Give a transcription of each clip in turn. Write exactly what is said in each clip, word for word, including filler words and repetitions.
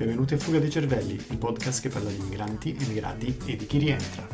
benvenuti a Fuga dei Cervelli, il podcast che parla di migranti, emigrati e di chi rientra.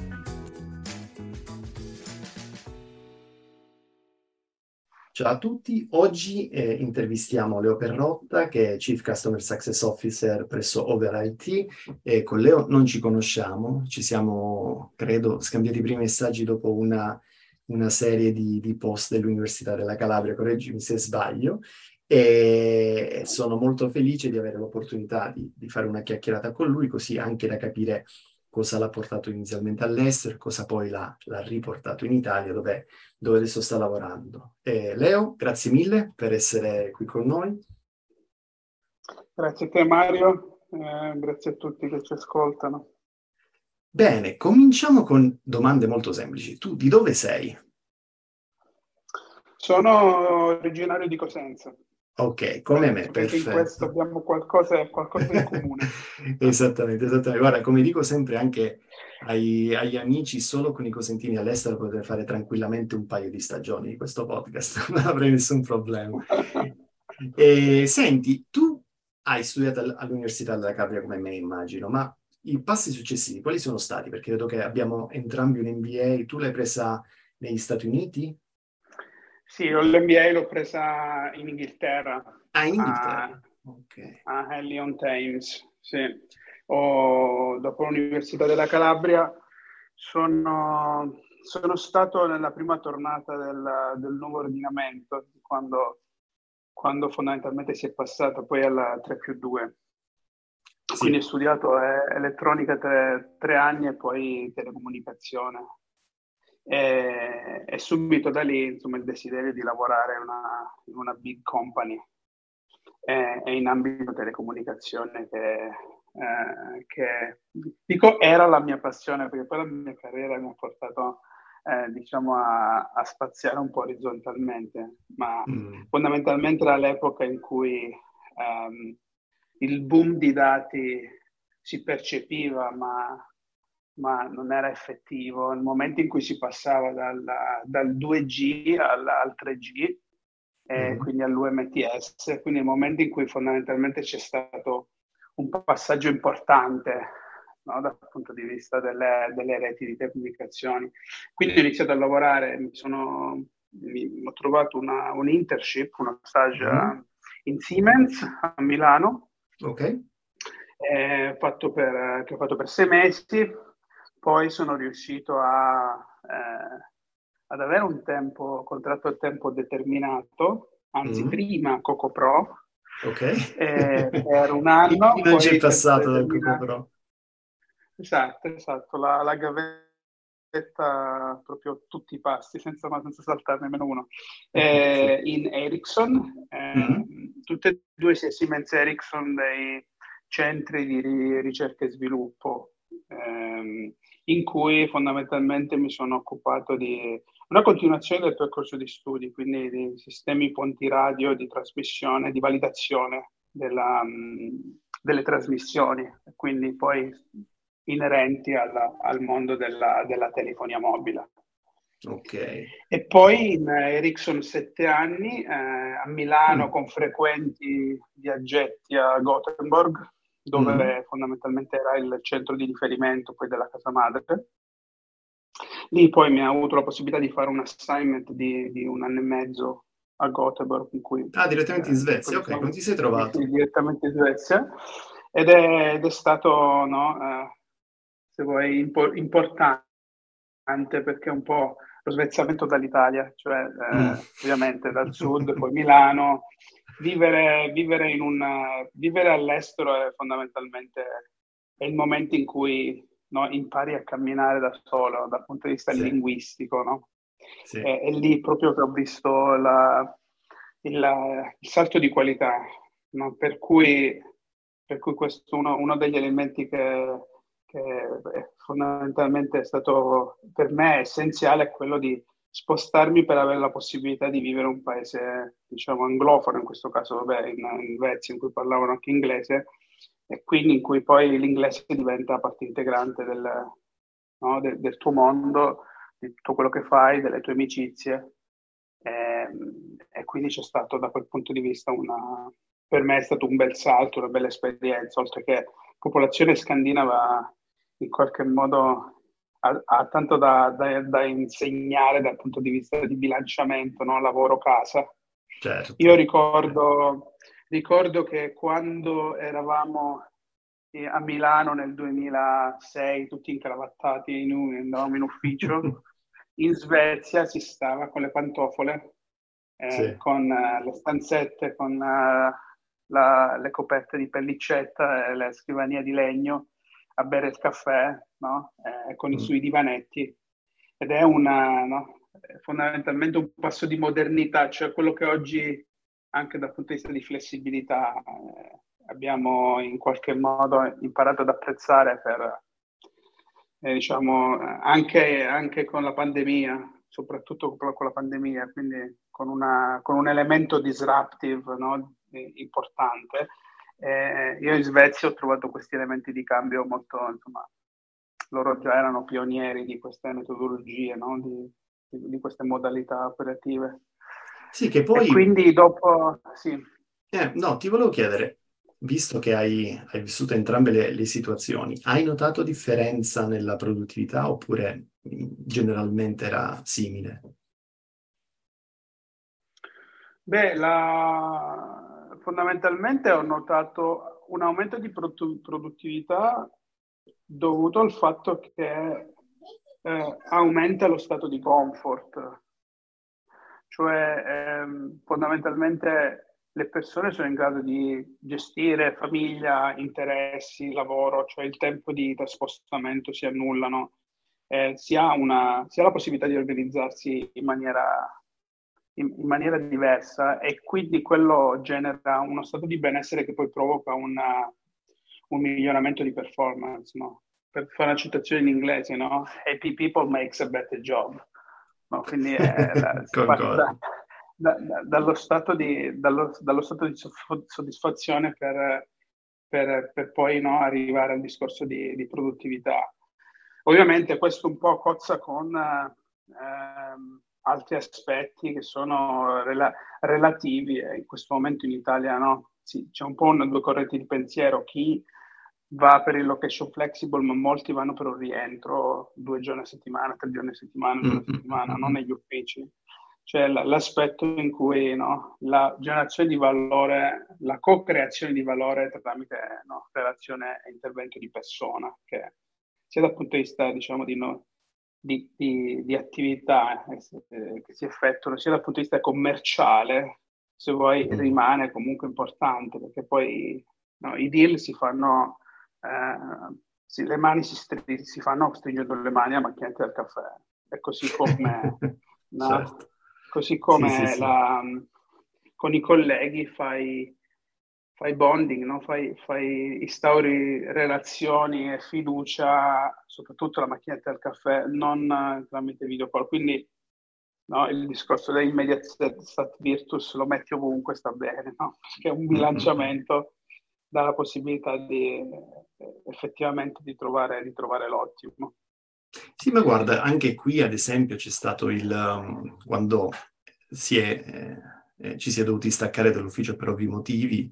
Ciao a tutti, oggi eh, intervistiamo Leo Perrotta che è Chief Customer Success Officer presso Over I T e con Leo non ci conosciamo, ci siamo, credo, scambiati i primi messaggi dopo una, una serie di, di post dell'Università della Calabria, correggimi se sbaglio, e sono molto felice di avere l'opportunità di, di fare una chiacchierata con lui, così anche da capire cosa l'ha portato inizialmente all'estero, cosa poi l'ha, l'ha riportato in Italia, dove, dove adesso sta lavorando. Eh, Leo, grazie mille per essere qui con noi. Grazie a te Mario, eh, grazie a tutti che ci ascoltano. Bene, cominciamo con domande molto semplici. Tu di dove sei? Sono originario di Cosenza. Ok, come me, Penso che anche in questo perfetto. abbiamo qualcosa, qualcosa in comune. Esattamente, esattamente. Guarda, come dico sempre anche ai- agli amici, solo con i cosentini all'estero potete fare tranquillamente un paio di stagioni di questo podcast, non avrei nessun problema. E, senti, tu hai studiato all- all'Università della Calabria come me, immagino, ma i passi successivi quali sono stati? Perché vedo che abbiamo entrambi un M B A, tu l'hai presa negli Stati Uniti? Sì, l'M B A l'ho presa in Inghilterra, Ah, in a, Inghilterra. Ok. a Henley on Thames. Sì. Ho- dopo l'Università della Calabria sono, sono stato nella prima tornata del, del nuovo ordinamento, quando, quando fondamentalmente si è passato poi alla tre più due. Quindi ho Sì. studiato eh, elettronica tre, tre anni e poi telecomunicazione. E, e subito da lì, insomma, il desiderio di lavorare in una, in una big company e, e in ambito telecomunicazione che, eh, che, dico, era la mia passione, perché poi la mia carriera mi ha portato, eh, diciamo, a, a spaziare un po' orizzontalmente, ma Mm. fondamentalmente era l'epoca in cui ehm, il boom di dati si percepiva, ma, ma non era effettivo. Nel momento in cui si passava dal, dal due G al, al tre G, eh, Mm. quindi all'U M T S, quindi nel momento in cui fondamentalmente c'è stato un passaggio importante, no, dal punto di vista delle, delle reti di comunicazioni. Quindi ho iniziato a lavorare, mi sono, mi, ho trovato una, un internship, uno stage Mm. in Siemens a Milano, Ok. eh, fatto per, che ho fatto per sei mesi, poi sono riuscito a, eh, ad avere un tempo, contratto a tempo determinato, anzi Mm. prima Coco Pro, Ok. eh, per un Chi, chi anno, non c'è poi tempo passato dal Coco determinato. Pro? Esatto, esatto, la, la gavetta proprio tutti i passi, senza, ma senza saltare nemmeno uno. Sì. Eh, in Ericsson, eh, Mm. tutte e due, sia Siemens e Ericsson, dei centri di ri- ricerca e sviluppo, ehm, in cui fondamentalmente mi sono occupato di una continuazione del percorso di studi, quindi di sistemi ponti radio, di trasmissione, di validazione della, mh, delle trasmissioni, quindi poi inerenti alla- al mondo della, della telefonia mobile. Ok. E poi in Ericsson sette anni, eh, a Milano Mm. con frequenti viaggetti a Gothenburg, Mm. dove fondamentalmente era il centro di riferimento poi della casa madre. Lì poi mi ha avuto la possibilità di fare un assignment di, di un anno e mezzo a Gothenburg, in cui Ah, direttamente in eh, Svezia. poi Ok, come sono ti sei sì, sì, trovato? direttamente in Svezia, ed è, ed è stato, no, eh, se vuoi, impo- importante, perché è un po' lo svezzamento dall'Italia, cioè Mm. eh, ovviamente dal sud, poi Milano. Vivere, vivere, in un, vivere all'estero è fondamentalmente è il momento in cui, no, impari a camminare da solo dal punto di vista Sì, linguistico, no? sì. È, è lì proprio che ho visto la- il, il salto di qualità, no? Per cui, per cui questo è uno, uno degli elementi che, che beh, fondamentalmente è stato per me essenziale, è quello di spostarmi per avere la possibilità di vivere in un paese, diciamo, anglofono, in questo caso, vabbè, in, in Svezia, in cui parlavano anche inglese, e quindi in cui poi l'inglese diventa parte integrante del, no, del, del tuo mondo, di tutto quello che fai, delle tue amicizie. E, e quindi c'è stato da quel punto di vista una, per me è stato un bel salto, una bella esperienza, oltre che popolazione scandinava in qualche modo ha, ha tanto da, da, da insegnare dal punto di vista di bilanciamento, no? Lavoro-casa. Io Certo. ricordo, ricordo che quando eravamo a Milano nel duemilasei, tutti incravattati, in un, andavamo in ufficio, in Svezia si stava con le pantofole, eh, Sì. con eh, le stanzette, con eh, la, le coperte di pellicetta e le scrivanie di legno, a bere il caffè, no? Eh, con i Mm. sui divanetti. Ed è una, no? È fondamentalmente un passo di modernità, cioè quello che oggi, anche dal punto di vista di flessibilità, eh, abbiamo in qualche modo imparato ad apprezzare per, eh, diciamo, anche, anche con la pandemia, soprattutto con la pandemia, quindi con, una, con un elemento disruptive, no? Importante. Eh, io in Svezia ho trovato questi elementi di cambio molto, insomma, loro già erano pionieri di queste metodologie, no? di, di, di queste modalità operative. Sì, che E poi, quindi dopo, sì. eh, no, ti volevo chiedere, visto che hai, hai vissuto entrambe le, le situazioni, hai notato differenza nella produttività oppure mh, generalmente era simile? Beh, la... fondamentalmente ho notato un aumento di produ- produttività dovuto al fatto che eh, aumenta lo stato di comfort, cioè ehm, fondamentalmente le persone sono in grado di gestire famiglia, interessi, lavoro, cioè il tempo di, da spostamento si annullano, eh, si ha una, si ha la possibilità di organizzarsi in maniera in, in maniera diversa e quindi quello genera uno stato di benessere che poi provoca una, un miglioramento di performance, no? Per fare una citazione in inglese, no? Happy people makes a better job. No? Quindi è la- si parte da, Concordo. da- da- dallo, stato di, dallo, dallo stato di soddisfazione per, per, per poi no, arrivare al discorso di, di produttività. Ovviamente questo un po' cozza con ehm, altri aspetti che sono rela- relativi e in questo momento in Italia no? Sì, c'è un po' una, due correnti di pensiero. Chi va per il location flexible, ma molti vanno per un rientro due giorni a settimana, tre giorni a settimana, un Mm, giorno a mm, mm, settimana, mm, non mm. negli uffici. Cioè l- l'aspetto in cui no, la generazione di valore, la co-creazione di valore tramite no, relazione e intervento di persona, che sia dal punto di vista diciamo, di, no, di, di, di attività eh, che si effettuano, sia dal punto di vista commerciale, se vuoi, Mm. rimane comunque importante, perché poi no, i deal si fanno, eh, si, le mani si, stri- si fanno stringendo le mani a macchinetta del caffè. È così come, no? Certo. Così Sì, sì, come sì. la, con i colleghi fai, fai bonding, no? Fai, fai, instauri relazioni e fiducia, soprattutto la macchinetta del caffè, non eh, tramite video call. Quindi no, il discorso dell'immediate stat virtus lo metti ovunque, sta bene, no? Perché un Mm, mm, mm. bilanciamento dà la possibilità di eh, effettivamente di trovare, di trovare l'ottimo. Sì, ma guarda, anche qui ad esempio c'è stato il, um, quando si è, eh, eh, ci si è dovuti staccare dall'ufficio per ovvi motivi,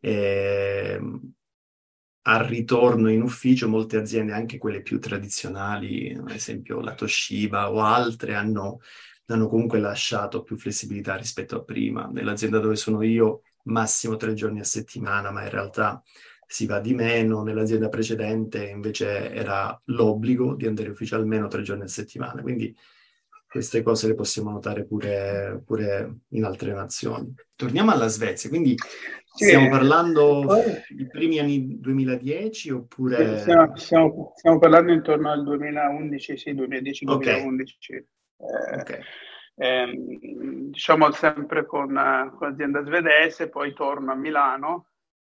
ehm, al ritorno in ufficio molte aziende, anche quelle più tradizionali, ad esempio la Toshiba o altre, hanno, hanno comunque lasciato più flessibilità rispetto a prima. Nell'azienda dove sono io, massimo tre giorni a settimana, ma in realtà si va di meno. Nell'azienda precedente invece era l'obbligo di andare in ufficio almeno tre giorni a settimana. Quindi queste cose le possiamo notare pure, pure in altre nazioni. Torniamo alla Svezia, quindi Sì, stiamo e parlando poi i primi anni duemiladieci sì, oppure... stiamo, stiamo- stiamo parlando intorno al duemilaundici, sì, Ok, duemiladieci-duemilaundici. Eh, ok. ehm, diciamo sempre con, eh, con l'azienda svedese, poi torno a Milano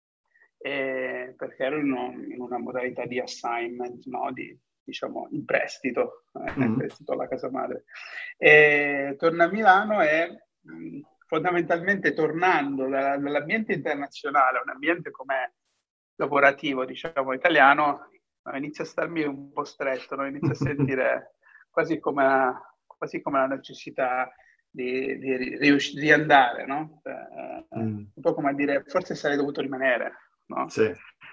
eh, perché ero in, un- in una modalità di assignment, no? Di, diciamo, in prestito, eh, in Mm. prestito alla casa madre. E torno a Milano e mh, fondamentalmente tornando da- dall'ambiente internazionale, un ambiente come lavorativo, diciamo, italiano, no, inizia a starmi un po' stretto, no? Inizia a sentire quasi come, quasi come la necessità di, di, rius- di andare, no? Eh, mm. un po' come a dire, forse sarei dovuto rimanere, no? Sì.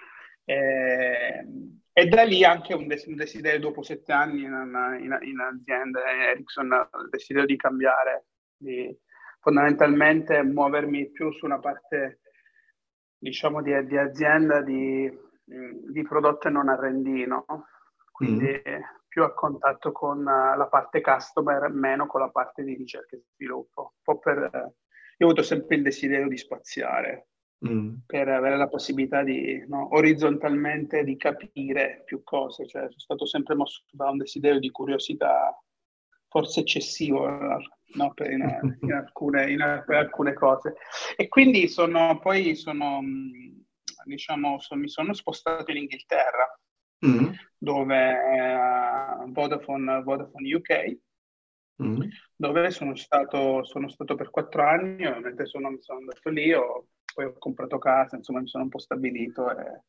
E, e da lì anche un, des- un desiderio, dopo sette anni in, in, in azienda Ericsson, il desiderio di cambiare, di fondamentalmente muovermi più su una parte, diciamo, di, di azienda di, di prodotto e non R and D, no? Quindi Mm. più a contatto con la parte customer, meno con la parte di ricerca e sviluppo. Un po' per, io ho avuto sempre il desiderio di spaziare, Mm. per avere la possibilità di, no, orizzontalmente di capire più cose. Cioè, sono stato sempre mosso da un desiderio di curiosità, forse eccessivo, no, per in, in, alcune, in alcune cose. E quindi sono, poi sono, diciamo, sono, mi sono spostato in Inghilterra, Mm. dove eh, Vodafone, Vodafone U K, Mm. dove sono stato, sono stato per quattro anni. Ovviamente sono, mi sono andato lì, ho, poi ho comprato casa, insomma mi sono un po' stabilito e,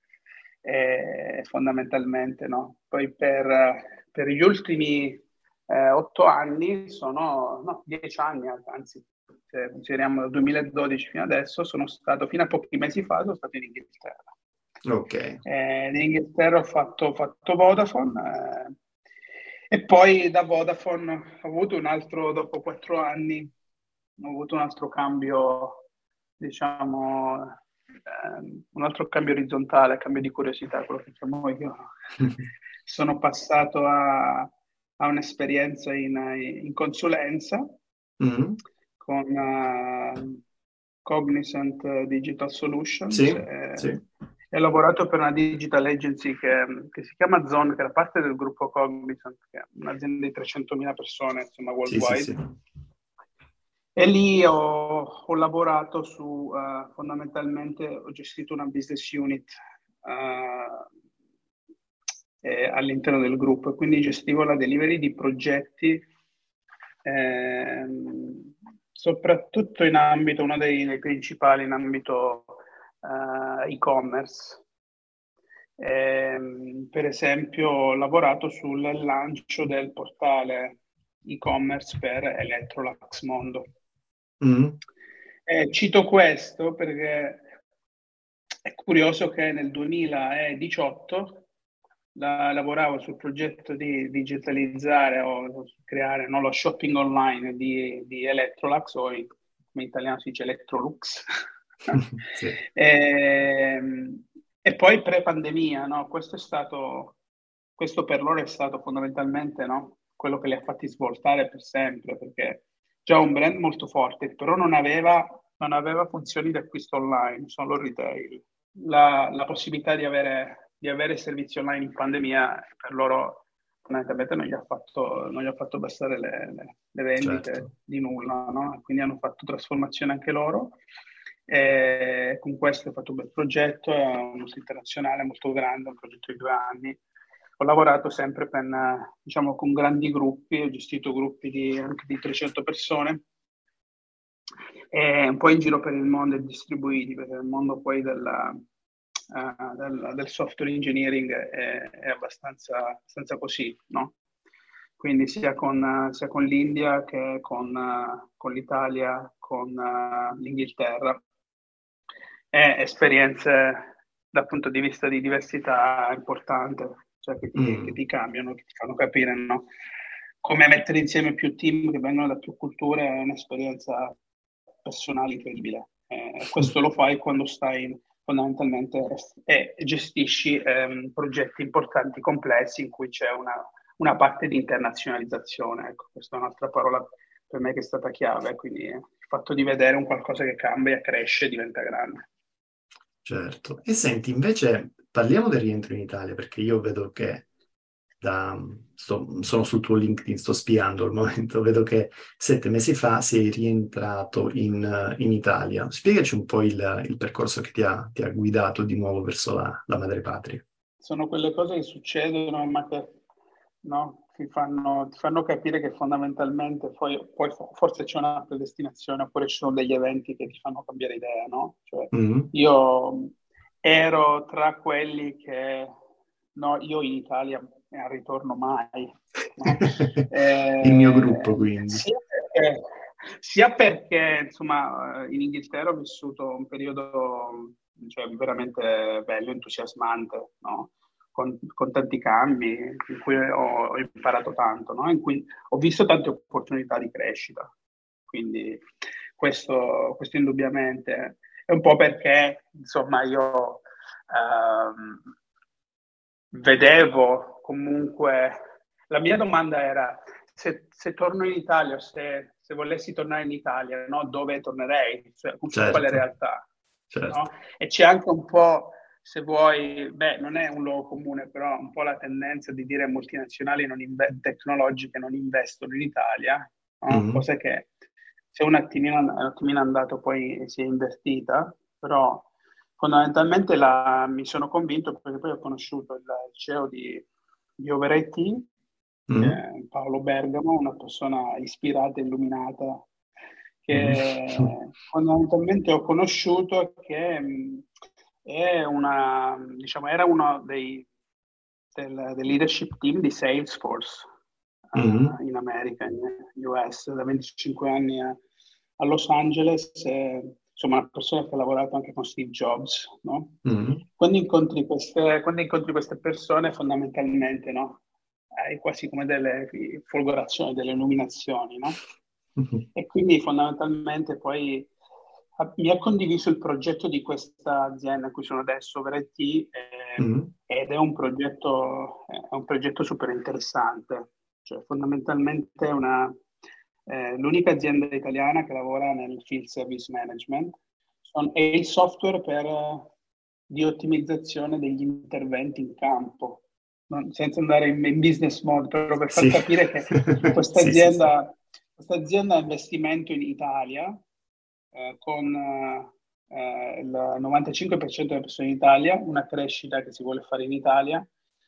e fondamentalmente no. Poi per, per gli ultimi eh, otto anni, sono, no, dieci anni, anzi, se consideriamo dal duemiladodici fino adesso, sono stato, fino a pochi mesi fa, sono stato in Inghilterra. Ok. Eh, in Inghilterra ho fatto, ho fatto Vodafone, eh, e poi da Vodafone ho avuto un altro, dopo quattro anni, ho avuto un altro cambio, diciamo, ehm, un altro cambio orizzontale, cambio di curiosità, quello che chiamo io. Sono passato a, a un'esperienza in, in consulenza Mm. con uh, Cognizant Digital Solutions. Sì, Eh, sì, e ho lavorato per una digital agency che, che si chiama Zone, che era parte del gruppo Cognizant, che è un'azienda di trecentomila persone, insomma, sì, sì, worldwide. sì. E lì ho, ho lavorato su, uh, fondamentalmente, ho gestito una business unit uh, eh, all'interno del gruppo, e quindi gestivo la delivery di progetti, ehm, soprattutto in ambito, uno dei, dei principali in ambito uh, e-commerce. Ehm, per esempio, ho lavorato sul lancio del portale e-commerce per Electrolux Mondo. Mm. Eh, cito questo perché è curioso che nel duemiladiciotto la, lavoravo sul progetto di digitalizzare o creare, no, lo shopping online di, di Electrolux, o in, come in italiano si dice Electrolux. Sì. e, e poi pre-pandemia, no? Questo è stato, questo per loro è stato fondamentalmente, no, quello che li ha fatti svoltare per sempre, perché già un brand molto forte, però non aveva, non aveva funzioni di acquisto online, solo retail. La, la possibilità di avere, di avere servizi online in pandemia per loro fondamentalmente non gli ha fatto, non gli ha fatto bastare le, le, le vendite Certo. di nulla, no? Quindi hanno fatto trasformazione anche loro. E con questo ho fatto un bel progetto, è uno internazionale molto grande, un progetto di due anni. Ho lavorato sempre per, diciamo, con grandi gruppi, ho gestito gruppi di, anche di trecento persone, e un po' in giro per il mondo e distribuiti, perché il mondo poi della, uh, del, del software engineering è, è abbastanza, abbastanza così, no? Quindi sia con, sia con l'India che con, uh, con l'Italia, con uh, l'Inghilterra. E esperienze dal punto di vista di diversità importante, cioè che ti, che Mm. ti cambiano, che ti fanno capire, no? Come mettere insieme più team che vengono da più culture è un'esperienza personale incredibile. Eh, questo lo fai quando stai fondamentalmente e gestisci ehm, progetti importanti, complessi, in cui c'è una, una parte di internazionalizzazione. Ecco, questa è un'altra parola per me che è stata chiave, quindi il fatto di vedere un qualcosa che cambia, cresce, diventa grande. Certo. E senti, invece parliamo del rientro in Italia, perché io vedo che da, sto- sono sul tuo LinkedIn, sto spiando al momento, vedo che sette mesi fa sei rientrato in, in Italia. Spiegaci un po' il, il percorso che ti ha, ti ha guidato di nuovo verso la, la madrepatria. Sono quelle cose che succedono, ma che no, ti fanno, ti fanno capire che fondamentalmente poi, poi forse c'è una predestinazione, oppure ci sono degli eventi che ti fanno cambiare idea, no? Cioè, Mm. io ero tra quelli che, no, io in Italia e al ritorno mai, no? Il mio gruppo, Eh, quindi. sì, perché, sia perché, insomma, in Inghilterra ho vissuto un periodo, cioè, veramente bello, entusiasmante, no? Con, con tanti cambi, in cui ho, ho imparato tanto, no? In cui ho visto tante opportunità di crescita. Quindi questo, questo indubbiamente è un po' perché, insomma, io ehm, vedevo comunque... La mia domanda era se, se torno in Italia o se, se volessi tornare in Italia, no? Dove tornerei? Cioè, su quale Certo, realtà? No? certo. E c'è anche un po', se vuoi, beh, non è un luogo comune, però un po' la tendenza di dire multinazionali non inve- tecnologiche non investono in Italia, no? Mhm. Cosa che se un attimino, un attimino andato poi si è invertita, però fondamentalmente la- mi sono convinto perché poi ho conosciuto il, il C E O di, di Over I T, che Mhm. è Paolo Bergamo, una persona ispirata e illuminata, Mhm. che fondamentalmente ho conosciuto che mh, è una, diciamo, era uno dei, del, del leadership team di Salesforce Mhm. uh, in America, in U S, da venticinque anni a, a Los Angeles, e, insomma, una persona che ha lavorato anche con Steve Jobs, no? Mhm. Quando incontri queste, quando incontri queste persone, fondamentalmente, no? Hai quasi come delle folgorazioni, delle illuminazioni, no? Mhm. E quindi fondamentalmente poi ha- mi ha condiviso il progetto di questa azienda in cui sono adesso, Over I T, eh, Mhm. ed è un progetto, è un progetto super interessante. Cioè, fondamentalmente è una, eh, l'unica azienda italiana che lavora nel field service management. Son- è il software per, eh, di ottimizzazione degli interventi in campo. Non- senza andare in, in business mode, però per far Sì. capire che questa Sì, sì, sì. azienda, questa azienda ha investimento in Italia, eh, con eh, il novantacinque per cento delle persone in Italia, una crescita che si vuole fare in Italia.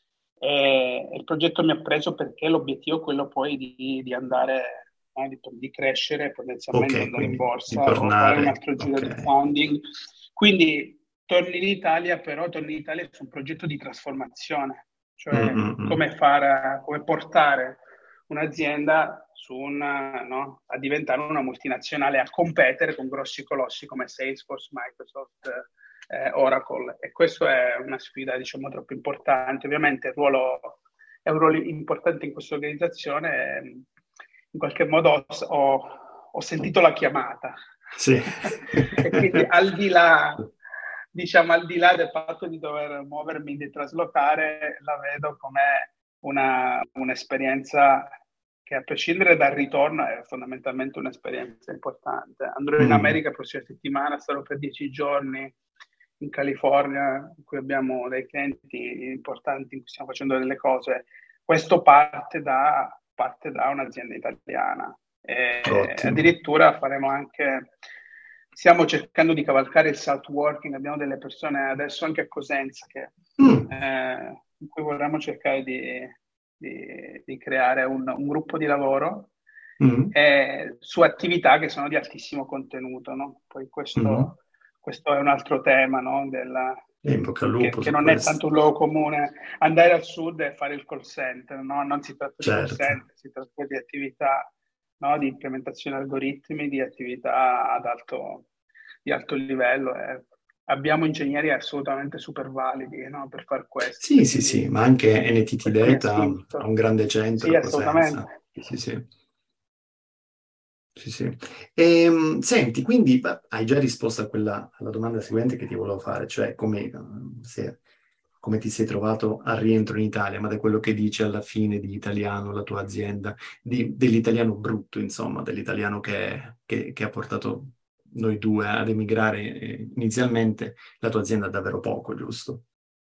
E, e il progetto mi ha preso perché l'obiettivo è quello poi di, di andare, no, di, di crescere, potenzialmente Ok, andare in quindi di borsa o fare un tornare. altro giro di Ok. funding. Quindi torni in Italia, però torni in Italia su un progetto di trasformazione, Mm, cioè mm, mm. come fare, come portare un'azienda su una, no, a diventare una multinazionale, a competere con grossi colossi come Salesforce, Microsoft, eh, Oracle. E questa è una sfida, diciamo, troppo importante. Ovviamente il ruolo, è un ruolo importante in questa organizzazione. E in qualche modo ho, ho, ho sentito la chiamata. Sì. E quindi al di là, diciamo, al di là del fatto di dover muovermi, di traslocare, la vedo come una, un'esperienza che a prescindere dal ritorno è fondamentalmente un'esperienza importante. Andrò in Mm. America la prossima settimana, sarò per dieci giorni in California, in cui abbiamo dei clienti importanti in cui stiamo facendo delle cose. Questo parte da, parte da un'azienda italiana. E Ottimo. addirittura faremo anche, stiamo cercando di cavalcare il South Working, abbiamo delle persone adesso anche a Cosenza che, Mm. eh, in cui vorremmo cercare di, di, di creare un, un gruppo di lavoro Mm. eh, su attività che sono di altissimo contenuto, no? Poi Mm. questo, questo è un altro tema, no? Della, E in bocca al che, lupo che su non è questo. tanto un luogo comune. Andare al sud e fare il call center, no? Non si tratta di call Certo. center, si tratta di attività, no? Di implementazione algoritmi, di attività ad alto, di alto livello. eh. Abbiamo ingegneri assolutamente super validi, no? Per fare questo. Sì, E sì, quindi sì, ma anche N T T questo mi ha Data ha un spinto. grande Sì, centro a Cosenza. assolutamente. Sì, sì, sì. Sì, sì. Ehm, senti, quindi beh, hai già risposto a quella, alla domanda seguente che ti volevo fare, cioè come, eh, se- come ti sei trovato al rientro in Italia, ma da quello che dici alla fine di italiano, la tua azienda, di- dell'italiano brutto, insomma, dell'italiano che, che- che ha portato noi due ad emigrare eh, inizialmente, la tua azienda ha davvero poco, giusto?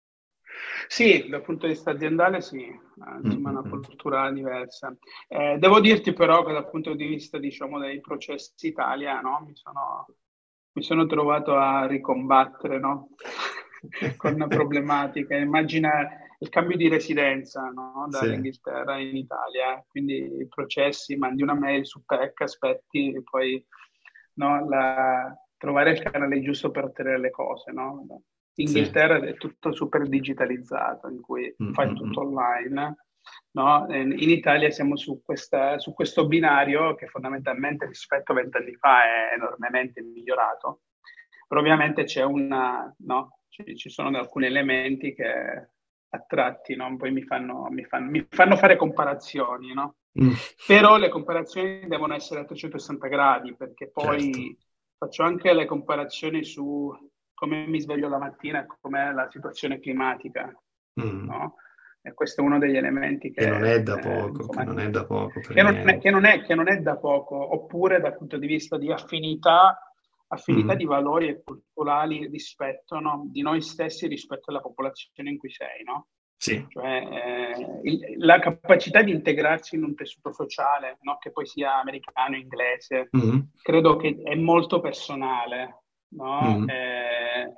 Sì, dal punto di vista aziendale sì, eh, Mm, insomma è mm, una mm. cultura diversa. Eh, devo dirti però che dal punto di vista, diciamo, dei processi italiano mi sono, mi sono trovato a ricombattere, no? Con problematiche. Immagina il cambio di residenza, no? Sì, Dall'Inghilterra in Italia, quindi i processi, mandi una mail su P E C, aspetti, e poi no, la- trovare il canale giusto per ottenere le cose, no? In sì. Inghilterra è tutto super digitalizzato, in cui Mm, fai mm, tutto mm. online. no? In Italia siamo su, questa, su questo binario che fondamentalmente rispetto a vent'anni fa è enormemente migliorato, però ovviamente c'è una, no? Ci, ci sono alcuni elementi che a tratti, no? Poi mi fanno, mi fanno, mi fanno fare comparazioni, no? Mm, Però le comparazioni devono essere a trecentosessanta gradi, perché certo. poi faccio anche le comparazioni su come mi sveglio la mattina, com'è la situazione climatica, Mm. no? E questo è uno degli elementi Che non che, è da eh, poco, che insomma, non è da poco per che non è, niente. che non è- che non è da poco, oppure dal punto di vista di affinità, affinità Mm. di valori e culturali rispetto, no, di noi stessi rispetto alla popolazione in cui sei, no? Sì. Cioè, eh, il- la capacità di integrarsi in un tessuto sociale, no? Che poi sia americano, inglese, Mm. credo che è molto personale, no? Mm. Eh,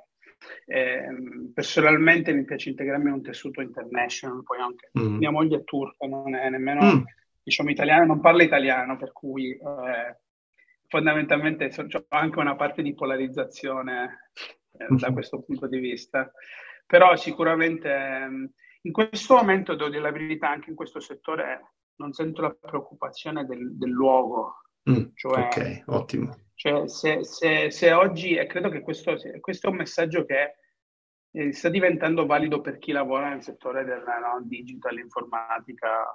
ehm, personalmente mi piace integrarmi in un tessuto international, poi anche mia Mm. moglie è turca, non è nemmeno, Mm. diciamo, italiana, non parla italiano, per cui eh, fondamentalmente so- c'ho anche una parte di polarizzazione eh, da questo punto di vista. Però sicuramente ehm, in questo momento, devo dire la verità, anche in questo settore non sento la preoccupazione del, del luogo, Mm. cioè, Ok, ottimo. cioè se, se- se oggi, e credo che questo, sia- questo è un messaggio che eh, sta diventando valido per chi lavora nel settore del no, digital, informatica,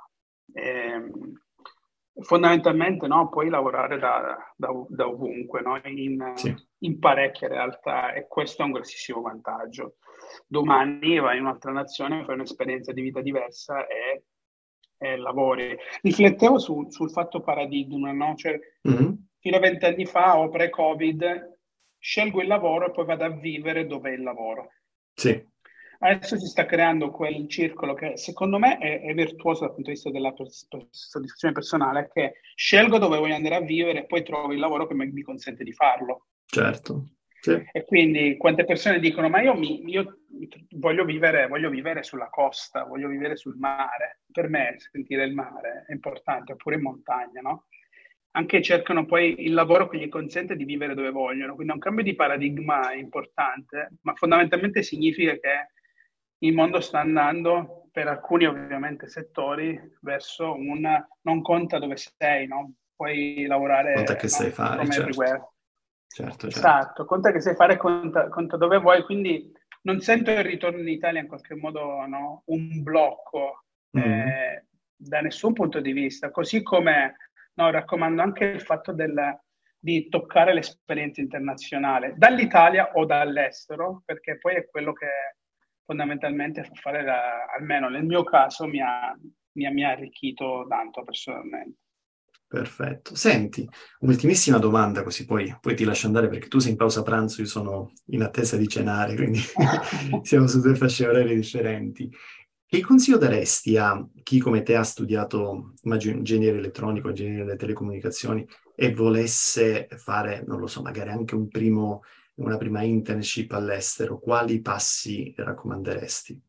ehm, fondamentalmente no, puoi lavorare da, da, da ovunque, no, in, Sì. in parecchie realtà e questo è un grossissimo vantaggio. Domani vai in un'altra nazione, fai un'esperienza di vita diversa e, e lavori. Riflettevo su- sul fatto paradigma, no? Cioè, Mm. fino a vent'anni fa o pre-Covid, scelgo il lavoro e poi vado a vivere dove è il lavoro. Sì. Adesso si sta creando quel circolo che secondo me è, è virtuoso dal punto di vista della pers- pers- soddisfazione personale, che scelgo dove voglio andare a vivere e poi trovo il lavoro che mi mi consente di farlo. Certo. Sì. E quindi quante persone dicono: Ma io, mi, io voglio vivere, voglio vivere sulla costa, voglio vivere sul mare. Per me sentire il mare è importante, oppure in montagna, no? Anche cercano poi il lavoro che gli consente di vivere dove vogliono. Quindi è un cambio di paradigma importante, ma fondamentalmente significa che il mondo sta andando, per alcuni ovviamente settori, verso un non conta dove sei, no? Puoi Conta lavorare, che sai no? fare, From certo. everywhere. Certo, certo. Esatto, conta che sai fare, conta, conta dove vuoi, quindi non sento il ritorno in Italia in qualche modo, no, un blocco Mm. eh, da nessun punto di vista, così come no, raccomando anche il fatto del- di toccare l'esperienza internazionale dall'Italia o dall'estero, perché poi è quello che fondamentalmente fa fare, la- almeno nel mio caso, mi ha, mi ha mi ha arricchito tanto personalmente. Perfetto. Senti, un'ultimissima domanda, così poi, poi ti lascio andare perché tu sei in pausa pranzo, io sono in attesa di cenare, quindi siamo su due fasce orarie differenti. Che consiglio daresti a chi come te ha studiato immagino, ingegneria elettronica, ingegneria delle telecomunicazioni e volesse fare, non lo so, magari anche un primo, una prima internship all'estero? Quali passi raccomanderesti?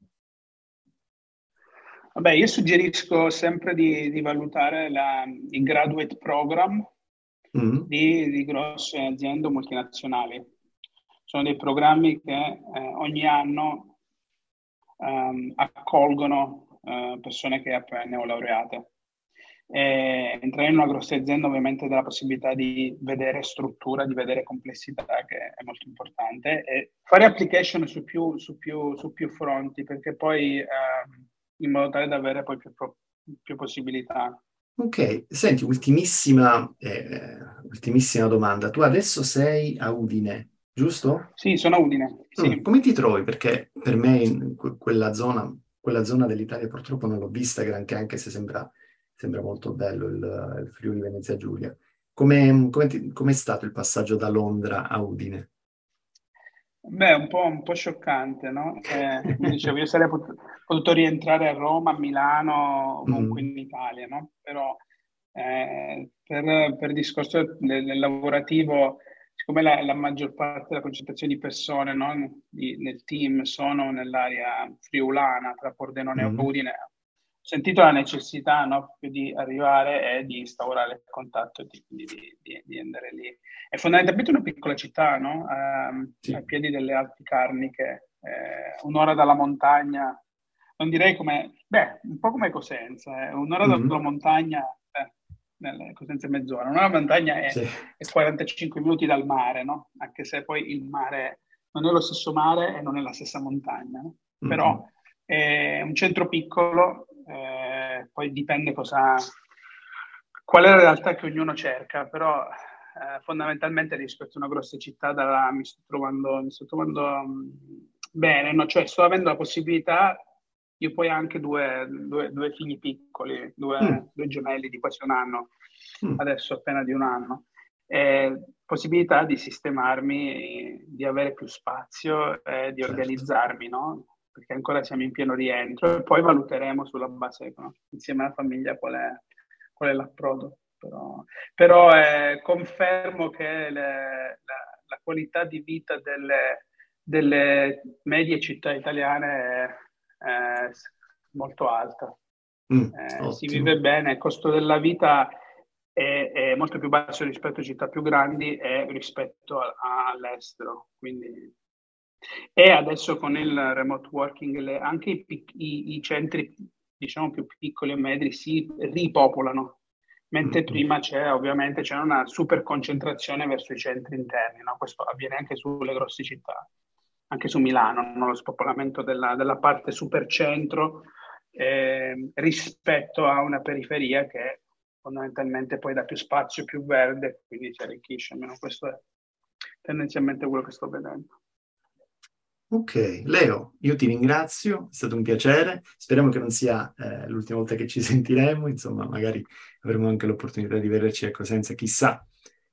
Vabbè, io suggerisco sempre di, di valutare la- i graduate program Mm? di, di grosse aziende multinazionali. Sono dei programmi che eh, ogni anno ehm, accolgono eh, persone che appena neolaureate. E entrare in una grossa azienda ovviamente dà la possibilità di vedere struttura, di vedere complessità, che è molto importante, e fare application su più, su più, su più fronti, perché poi ehm, in modo tale da avere poi più, pro- più possibilità. Ok, senti, ultimissima, eh, ultimissima domanda. Tu adesso sei a Udine, giusto? Sì, sono a Udine, Mm, sì. come ti trovi? Perché per me in que- quella zona, quella zona dell'Italia purtroppo non l'ho vista granché, anche se sembra, sembra molto bello il, il Friuli Venezia Giulia. Come, come ti- com'è stato il passaggio da Londra a Udine? Beh, è un po', un po' scioccante, no? Eh, come dicevo, io sarei pot- potuto rientrare a Roma, a Milano, ovunque Mm, in Italia, no? Però eh, per, per discorso del, del lavorativo, siccome la, la maggior parte della concentrazione di persone, no, di- nel team sono nell'area friulana, tra Pordenone e mm, Udine, ho sentito la necessità, no, più di arrivare e di instaurare il contatto e di, di, di- di andare lì. È fondamentalmente una piccola città, no? Ehm, sì. ai piedi delle Alpi Carniche, eh, un'ora dalla montagna, non direi come, beh, un po' come Cosenza, eh. Un'ora Mm-hmm. dalla montagna, eh, nelle Cosenza è mezz'ora, un'ora dalla montagna è, Sì. è quarantacinque minuti dal mare, no? Anche se poi il mare non è lo stesso mare e non è la stessa montagna, no? Mm-hmm. Però è un centro piccolo, eh, poi dipende cosa, qual è la realtà che ognuno cerca, però eh, fondamentalmente rispetto a una grossa città da, mi sto trovando, mi sto trovando um, bene, no? Cioè sto avendo la possibilità, io poi ho anche due, due, due figli piccoli, due, Mm. due gemelli di quasi un anno, Mm. adesso appena di un anno, eh, possibilità di sistemarmi, di avere più spazio, eh, di Certo. organizzarmi, no? Perché ancora siamo in pieno rientro e poi valuteremo sulla base, no? Insieme alla famiglia qual è, qual è l'approdo. Però, però eh, confermo che le, la, la qualità di vita delle, delle medie città italiane è, è molto alta. Mm. Eh, si Ottimo. vive bene, il costo della vita è, è molto più basso rispetto a città più grandi e rispetto a, a, all'estero. Quindi... E adesso con il remote working le, anche i, i, i centri, diciamo, più piccoli e medi si ripopolano, mentre Mm-hmm. prima c'è ovviamente c'è una super concentrazione verso i centri interni, no? Questo avviene anche sulle grosse città, anche su Milano, no? Lo spopolamento della, della parte super centro eh, rispetto a una periferia che fondamentalmente poi dà più spazio, più verde, quindi si arricchisce. Almeno questo è tendenzialmente quello che sto vedendo. Ok, Leo, io ti ringrazio, è stato un piacere, speriamo che non sia eh, l'ultima volta che ci sentiremo, insomma, magari avremo anche l'opportunità di vederci a Cosenza, chissà.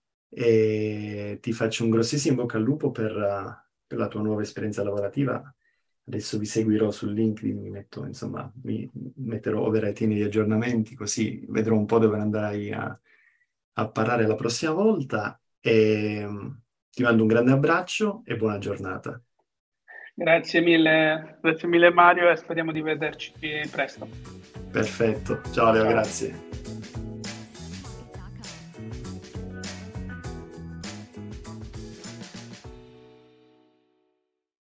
E ti faccio un grossissimo in bocca al lupo per, uh, per la tua nuova esperienza lavorativa. Adesso vi seguirò su LinkedIn, mi metto, insomma, mi metterò overnight negli aggiornamenti, così vedrò un po' dove andrai a, a parare la prossima volta. E um, ti mando un grande abbraccio e buona giornata. Grazie mille, grazie mille Mario e speriamo di vederci presto. Perfetto, ciao Leo, Ciao. grazie.